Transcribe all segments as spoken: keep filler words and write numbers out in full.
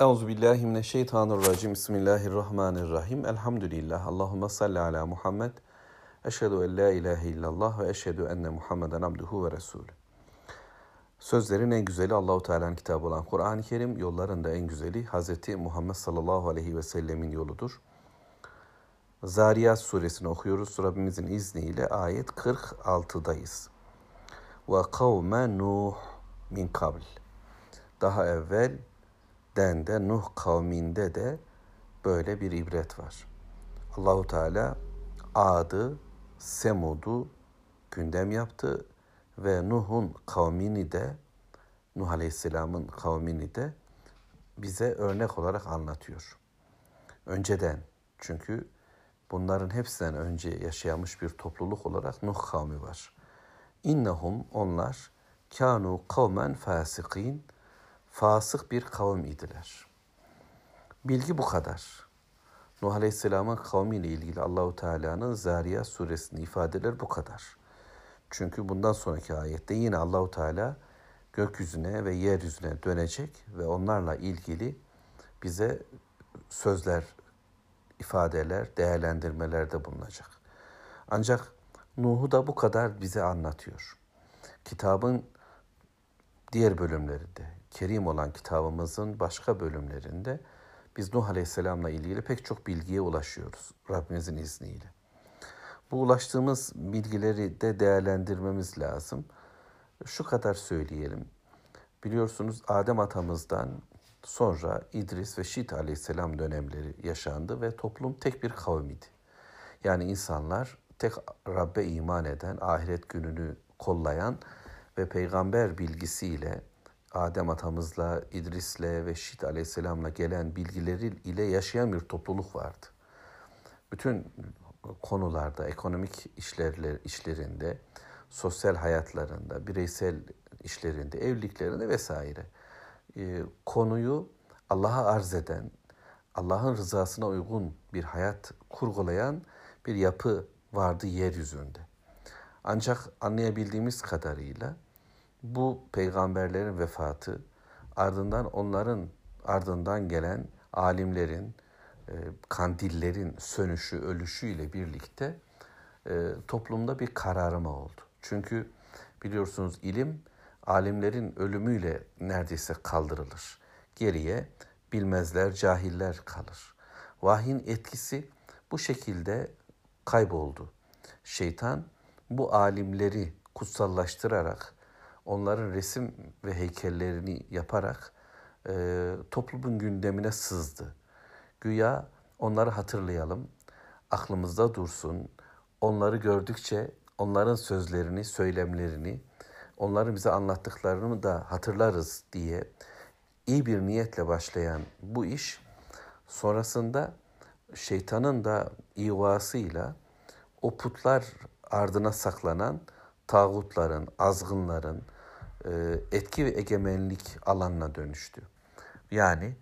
Euzubillahimineşşeytanirracim. Bismillahirrahmanirrahim. Elhamdülillah. Allahümme salli ala Muhammed. Eşhedü en la ilahe illallah ve eşhedü enne Muhammeden abduhu ve resulü. Sözlerin en güzeli Allahu Teala'nın kitabı olan Kur'an-ı Kerim, yolların da en güzeli Hazreti Muhammed sallallahu aleyhi ve sellemin yoludur. Zariyat suresini okuyoruz. Rabbimizin izniyle ayet kırk altıdayız. Ve kavme Nuh min kabl. Daha evvel den de Nuh kavminde de böyle bir ibret var. Allahu Teala Ad'ı, Semud'u gündem yaptı ve Nuh'un kavmini de, Nuh Aleyhisselam'ın kavmini de bize örnek olarak anlatıyor. Önceden, çünkü bunların hepsinden önce yaşamış bir topluluk olarak Nuh kavmi var. İnnehum, onlar kânû kavmen fâsikîn, fasık bir kavim idiler. Bilgi bu kadar. Nuh Aleyhisselam'ın kavmiyle ilgili Allahu Teala'nın Zariyat suresinin ifadeleri bu kadar. Çünkü bundan sonraki ayette yine Allahu Teala gökyüzüne ve yeryüzüne dönecek ve onlarla ilgili bize sözler, ifadeler, değerlendirmelerde bulunacak. Ancak Nuh'u da bu kadar bize anlatıyor. Kitabın diğer bölümlerinde, kerim olan kitabımızın başka bölümlerinde biz Nuh Aleyhisselam'la ilgili pek çok bilgiye ulaşıyoruz Rabbimizin izniyle. Bu ulaştığımız bilgileri de değerlendirmemiz lazım. Şu kadar söyleyelim. Biliyorsunuz Adem atamızdan sonra İdris ve Şit Aleyhisselam dönemleri yaşandı ve toplum tek bir kavim idi. Yani insanlar tek Rabbe iman eden, ahiret gününü kollayan ve peygamber bilgisiyle Adem atamızla, İdris'le ve Şit Aleyhisselam'la gelen bilgileri ile yaşayan bir topluluk vardı. Bütün konularda, ekonomik işlerler, işlerinde, sosyal hayatlarında, bireysel işlerinde, evliliklerinde vesaire e, konuyu Allah'a arz eden, Allah'ın rızasına uygun bir hayat kurgulayan bir yapı vardı yeryüzünde. Ancak anlayabildiğimiz kadarıyla bu peygamberlerin vefatı, ardından onların ardından gelen alimlerin, e, kandillerin sönüşü, ölüşüyle birlikte e, toplumda bir kararma oldu. Çünkü biliyorsunuz ilim, alimlerin ölümüyle neredeyse kaldırılır. Geriye bilmezler, cahiller kalır. Vahyin etkisi bu şekilde kayboldu. Şeytan bu alimleri kutsallaştırarak, onların resim ve heykellerini yaparak e, toplumun gündemine sızdı. Güya onları hatırlayalım, aklımızda dursun, onları gördükçe onların sözlerini, söylemlerini, onların bize anlattıklarını da hatırlarız diye iyi bir niyetle başlayan bu iş, sonrasında şeytanın da ihvasıyla o putlar ardına saklanan tağutların, azgınların etki ve egemenlik alanına dönüştü. Yani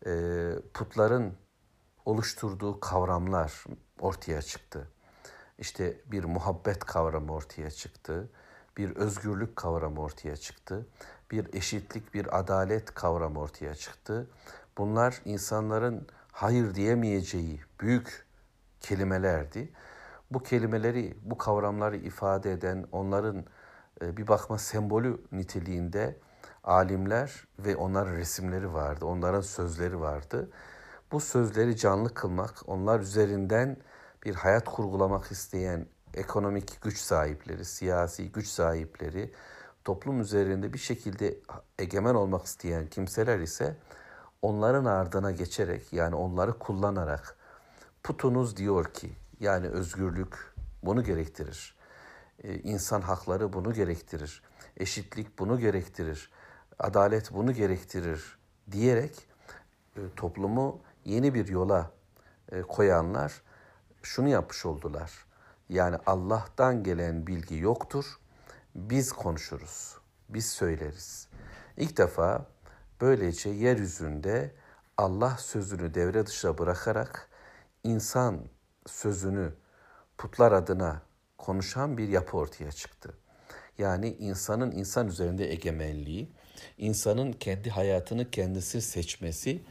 putların oluşturduğu kavramlar ortaya çıktı. İşte bir muhabbet kavramı ortaya çıktı. Bir özgürlük kavramı ortaya çıktı. Bir eşitlik, bir adalet kavramı ortaya çıktı. Bunlar insanların hayır diyemeyeceği büyük kelimelerdi. Bu kelimeleri, bu kavramları ifade eden, onların bir bakma sembolü niteliğinde alimler ve onların resimleri vardı, onların sözleri vardı. Bu sözleri canlı kılmak, onlar üzerinden bir hayat kurgulamak isteyen ekonomik güç sahipleri, siyasi güç sahipleri, toplum üzerinde bir şekilde egemen olmak isteyen kimseler ise onların ardına geçerek, yani onları kullanarak, putunuz diyor ki, yani özgürlük bunu gerektirir. Ee, insan hakları bunu gerektirir. Eşitlik bunu gerektirir. Adalet bunu gerektirir diyerek e, toplumu yeni bir yola e, koyanlar şunu yapmış oldular. Yani Allah'tan gelen bilgi yoktur. Biz konuşuruz. Biz söyleriz. İlk defa böylece yeryüzünde Allah sözünü devre dışı bırakarak insan sözünü putlar adına konuşan bir yapı ortaya çıktı. Yani insanın insan üzerinde egemenliği, insanın kendi hayatını kendisi seçmesi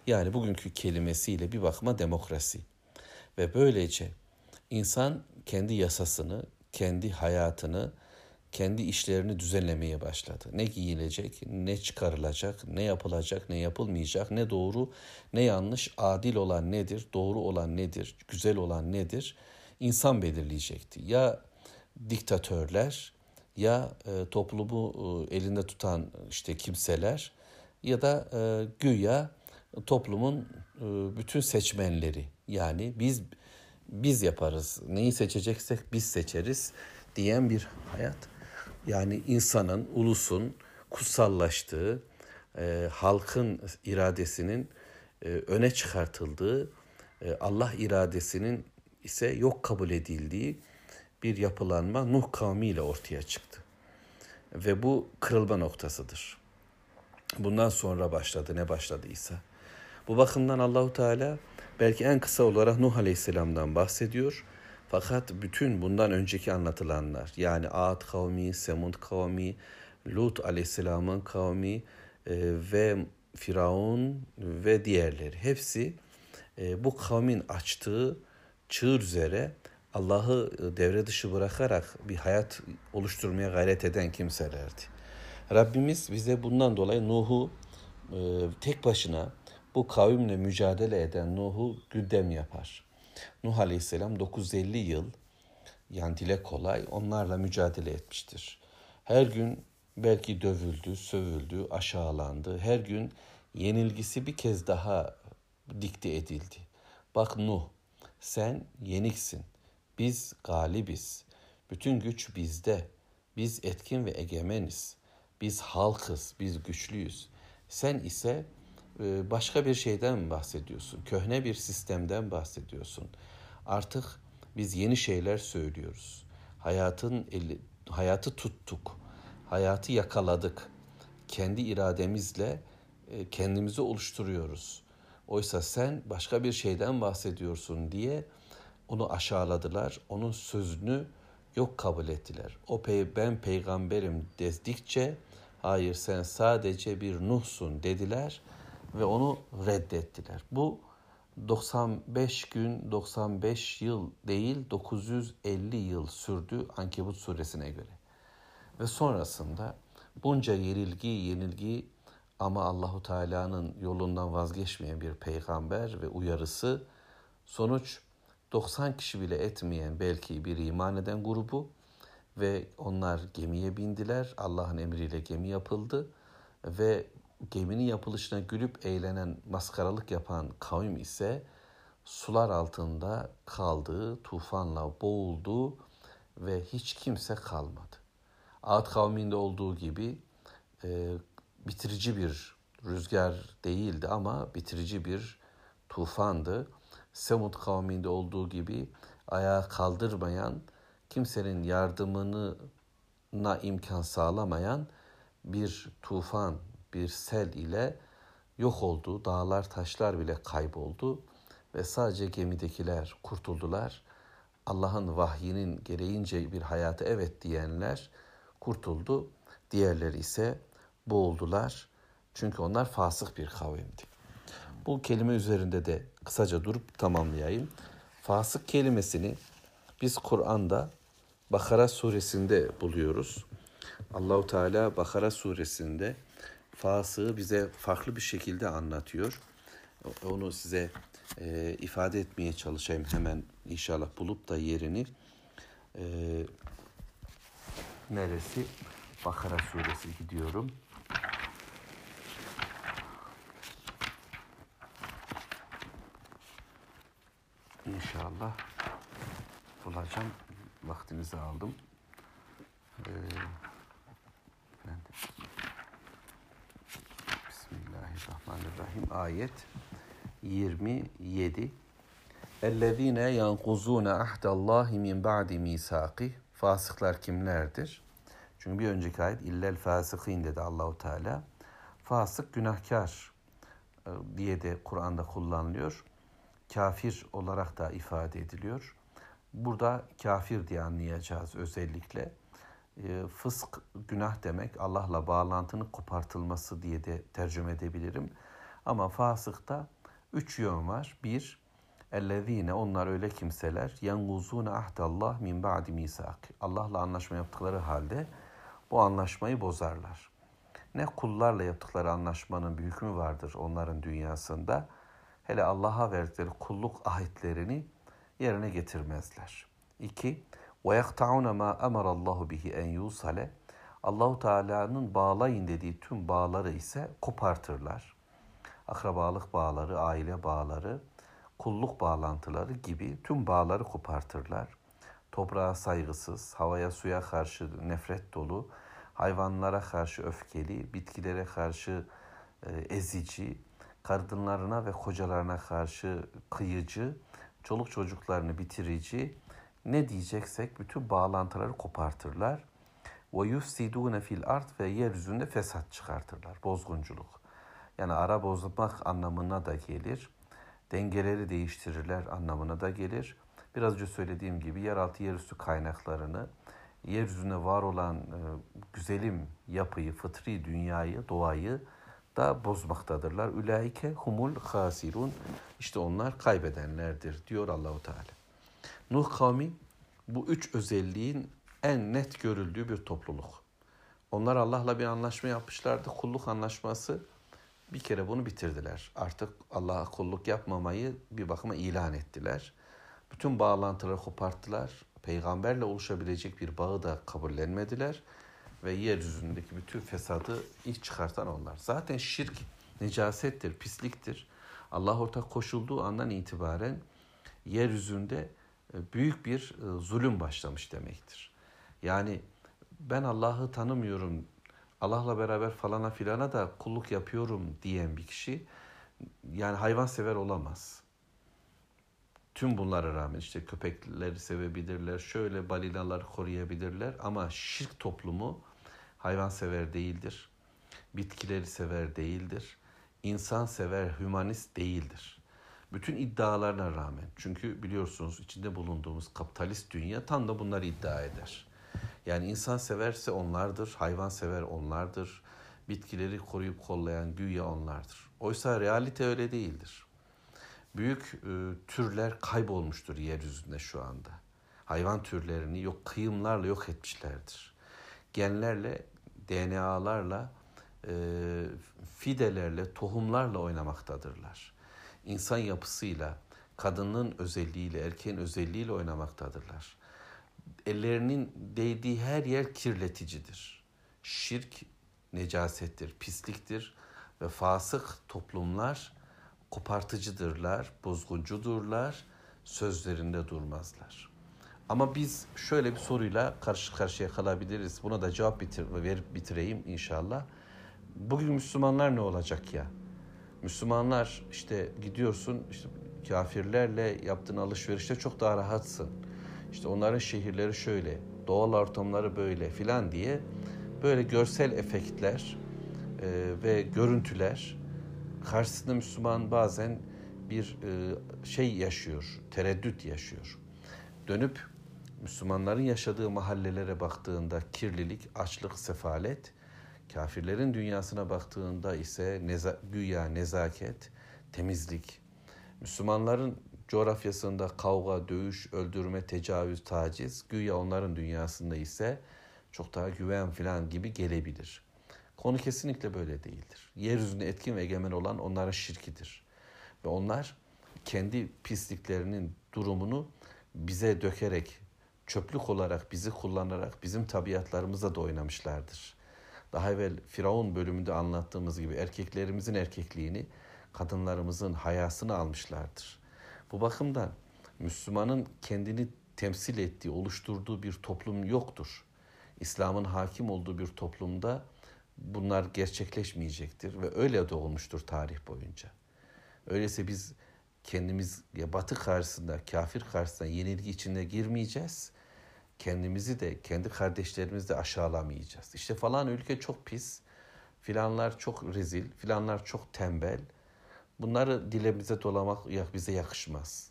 Yani bugünkü kelimesiyle bir bakıma demokrasi. Ve böylece insan kendi yasasını, kendi hayatını, kendi işlerini düzenlemeye başladı. Ne giyilecek, ne çıkarılacak, ne yapılacak, ne yapılmayacak, ne doğru, ne yanlış, adil olan nedir, doğru olan nedir, güzel olan nedir? İnsan belirleyecekti. Ya diktatörler, ya e, toplumu e, elinde tutan işte kimseler ya da e, güya toplumun e, bütün seçmenleri. Yani biz biz yaparız, neyi seçeceksek biz seçeriz diyen bir hayat. Yani insanın, ulusun kutsallaştığı, e, halkın iradesinin e, öne çıkartıldığı, e, Allah iradesinin ise yok kabul edildiği bir yapılanma Nuh kavmiyle ortaya çıktı. Ve bu kırılma noktasıdır. Bundan sonra başladı ne başladıysa. Bu bakımdan Allahu Teala belki en kısa olarak Nuh Aleyhisselam'dan bahsediyor. Fakat bütün bundan önceki anlatılanlar, yani Ad kavmi, Semud kavmi, Lut Aleyhisselam'ın kavmi e, ve Firavun ve diğerleri hepsi e, bu kavmin açtığı çığır üzere Allah'ı devre dışı bırakarak bir hayat oluşturmaya gayret eden kimselerdi. Rabbimiz bize bundan dolayı Nuh'u e, tek başına bu kavimle mücadele eden Nuh'u gündem yapar. Nuh Aleyhisselam dokuz yüz elli yıl, yani dile kolay, onlarla mücadele etmiştir. Her gün belki dövüldü, sövüldü, aşağılandı. Her gün yenilgisi bir kez daha dikte edildi. Bak Nuh, sen yeniksin, biz galibiz. Bütün güç bizde. Biz etkin ve egemeniz. Biz halkız, biz güçlüyüz. Sen ise başka bir şeyden bahsediyorsun. Köhne bir sistemden bahsediyorsun. Artık biz yeni şeyler söylüyoruz. Hayatın eli, hayatı tuttuk. Hayatı yakaladık. Kendi irademizle kendimizi oluşturuyoruz. Oysa sen başka bir şeyden bahsediyorsun diye onu aşağıladılar. Onun sözünü yok kabul ettiler. O pey ben peygamberim dedikçe hayır sen sadece bir Nuh'sun dediler ve onu reddettiler. Bu doksan beş gün, doksan beş yıl değil dokuz yüz elli yıl sürdü Ankebut suresine göre. Ve sonrasında bunca yenilgi, yenilgi ama Allahu Teala'nın yolundan vazgeçmeyen bir peygamber ve uyarısı, sonuç doksan kişi bile etmeyen belki bir iman eden grubu ve onlar gemiye bindiler. Allah'ın emriyle gemi yapıldı ve geminin yapılışına gülüp eğlenen, maskaralık yapan kavim ise sular altında kaldı, tufanla boğuldu ve hiç kimse kalmadı. Ad kavminde olduğu gibi e, bitirici bir rüzgar değildi ama bitirici bir tufandı. Semud kavminde olduğu gibi ayağa kaldırmayan, kimsenin yardımına imkan sağlamayan bir tufan, bir sel ile yok oldu. Dağlar, taşlar bile kayboldu ve sadece gemidekiler kurtuldular. Allah'ın vahyinin gereğince bir hayata evet diyenler kurtuldu. Diğerleri ise boğuldular. Çünkü onlar fasık bir kavimdi. Bu kelime üzerinde de kısaca durup tamamlayayım. Fasık kelimesini biz Kur'an'da Bakara suresinde buluyoruz. Allahu Teala Bakara suresinde fasığı bize farklı bir şekilde anlatıyor. Onu size e, ifade etmeye çalışayım hemen inşallah bulup da yerini. E, neresi? Bakara suresi gidiyorum. İnşallah bulacağım. Vaktinizi aldım. Ee, Bismillahirrahmanirrahim. Ayet yirmi yedi. اَلَّذ۪ينَ يَنْقُزُونَ اَحْدَ اللّٰهِ مِنْ بَعْدِ مِيسَاقِهِ. Fasıklar kimlerdir? Çünkü bir önceki ayet illel fasıkîn dedi Allahu Teala. Fasık günahkar diye de Kur'an'da kullanılıyor. Kafir olarak da ifade ediliyor. Burada kafir diye anlayacağız özellikle. E, fısk günah demek, Allah'la bağlantının kopartılması diye de tercüme edebilirim. Ama fasık da Üç yön var. Bir, ellezine onlar öyle kimseler yenguzune ahdallah min ba'di misak. Allah'la anlaşma yaptıkları halde bu anlaşmayı bozarlar. Ne kullarla yaptıkları anlaşmanın bir hükmü vardır onların dünyasında. Hele Allah'a verdikleri kulluk ahitlerini yerine getirmezler. İki, وَيَقْتَعُونَ مَا أَمَرَ اللّٰهُ بِهِ اَنْ يُوصَلَ. Allah-u Teala'nın bağlayın dediği tüm bağları ise kopartırlar. Akrabalık bağları, aile bağları, kulluk bağlantıları gibi tüm bağları kopartırlar. Toprağa saygısız, havaya suya karşı nefret dolu, hayvanlara karşı öfkeli, bitkilere karşı e, ezici, kadınlarına ve kocalarına karşı kıyıcı, çoluk çocuklarını bitirici, ne diyeceksek bütün bağlantıları kopartırlar. وَيُفْسِدُونَ fil art ve yeryüzünde fesat çıkartırlar, bozgunculuk. Yani ara bozmak anlamına da gelir, dengeleri değiştirirler anlamına da gelir. Biraz önce söylediğim gibi yeraltı yerüstü kaynaklarını, yeryüzünde var olan e, güzelim yapıyı, fıtri dünyayı, doğayı da bozmaktadırlar. Ülaike humul hasirun. İşte onlar kaybedenlerdir diyor Allahu Teala. Nuh kavmi bu üç özelliğin en net görüldüğü bir topluluk. Onlar Allah'la bir anlaşma yapmışlardı. Kulluk anlaşması, bir kere bunu bitirdiler. Artık Allah'a kulluk yapmamayı bir bakıma ilan ettiler. Bütün bağlantıları koparttılar. Peygamberle oluşabilecek bir bağı da kabullenmediler. Ve yeryüzündeki bütün fesadı ilk çıkartan onlar. Zaten şirk necasettir, pisliktir. Allah ortak koşulduğu andan itibaren yeryüzünde büyük bir zulüm başlamış demektir. Yani ben Allah'ı tanımıyorum, Allah'la beraber falana filana da kulluk yapıyorum diyen bir kişi yani hayvansever olamaz. Tüm bunlara rağmen işte köpekleri sevebilirler, şöyle balinaları koruyabilirler ama şirk toplumu hayvansever değildir. Bitkileri sever değildir. İnsansever, hümanist değildir. Bütün iddialarına rağmen, çünkü biliyorsunuz içinde bulunduğumuz kapitalist dünya tam da bunları iddia eder. Yani insan severse onlardır, hayvan sever onlardır, bitkileri koruyup kollayan güya onlardır. Oysa realite öyle değildir. Büyük e, türler kaybolmuştur yeryüzünde şu anda. Hayvan türlerini yok kıyımlarla yok etmişlerdir. Genlerle, D N A'larla, e, fidelerle, tohumlarla oynamaktadırlar. İnsan yapısıyla, kadının özelliğiyle, erkeğin özelliğiyle oynamaktadırlar. Ellerinin değdiği her yer kirleticidir. Şirk necasettir, pisliktir ve fasık toplumlar kopartıcıdırlar, bozguncudurlar, sözlerinde durmazlar. Ama biz şöyle bir soruyla karşı karşıya kalabiliriz. Buna da cevap bitir, verip bitireyim inşallah. Bugün Müslümanlar ne olacak ya? Müslümanlar işte gidiyorsun, işte kafirlerle yaptığın alışverişte çok daha rahatsın. İşte onların şehirleri şöyle, doğal ortamları böyle filan diye böyle görsel efektler e, ve görüntüler karşısında Müslüman bazen bir e, şey yaşıyor, tereddüt yaşıyor. Dönüp Müslümanların yaşadığı mahallelere baktığında kirlilik, açlık, sefalet, kafirlerin dünyasına baktığında ise neza, güya nezaket, temizlik, Müslümanların coğrafyasında kavga, dövüş, öldürme, tecavüz, taciz, güya onların dünyasında ise çok daha güven falan gibi gelebilir. Konu kesinlikle böyle değildir. Yeryüzünde etkin ve egemen olan onların şirkidir. Ve onlar kendi pisliklerinin durumunu bize dökerek, çöplük olarak bizi kullanarak bizim tabiatlarımızla da oynamışlardır. Daha evvel Firavun bölümünde anlattığımız gibi erkeklerimizin erkekliğini, kadınlarımızın hayasını almışlardır. Bu bakımdan Müslümanın kendini temsil ettiği, oluşturduğu bir toplum yoktur. İslam'ın hakim olduğu bir toplumda bunlar gerçekleşmeyecektir ve öyle de olmuştur tarih boyunca. Öyleyse biz kendimiz ya Batı karşısında, kafir karşısında yenilgi içine girmeyeceğiz. Kendimizi de, kendi kardeşlerimizi de aşağılamayacağız. İşte falan ülke çok pis, filanlar çok rezil, filanlar çok tembel. Bunları dilimize dolamak bize yakışmaz.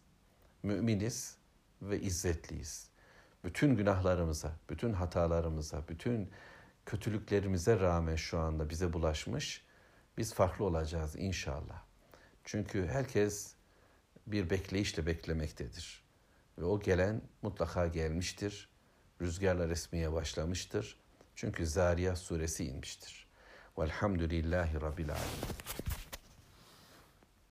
Müminiz ve izzetliyiz. Bütün günahlarımıza, bütün hatalarımıza, bütün kötülüklerimize rağmen şu anda bize bulaşmış, biz farklı olacağız inşallah. Çünkü herkes bir bekleyişle beklemektedir. Ve o gelen mutlaka gelmiştir. Rüzgarlar esmeye başlamıştır. Çünkü Zariyat suresi inmiştir. Velhamdülillahi Rabbil alemin.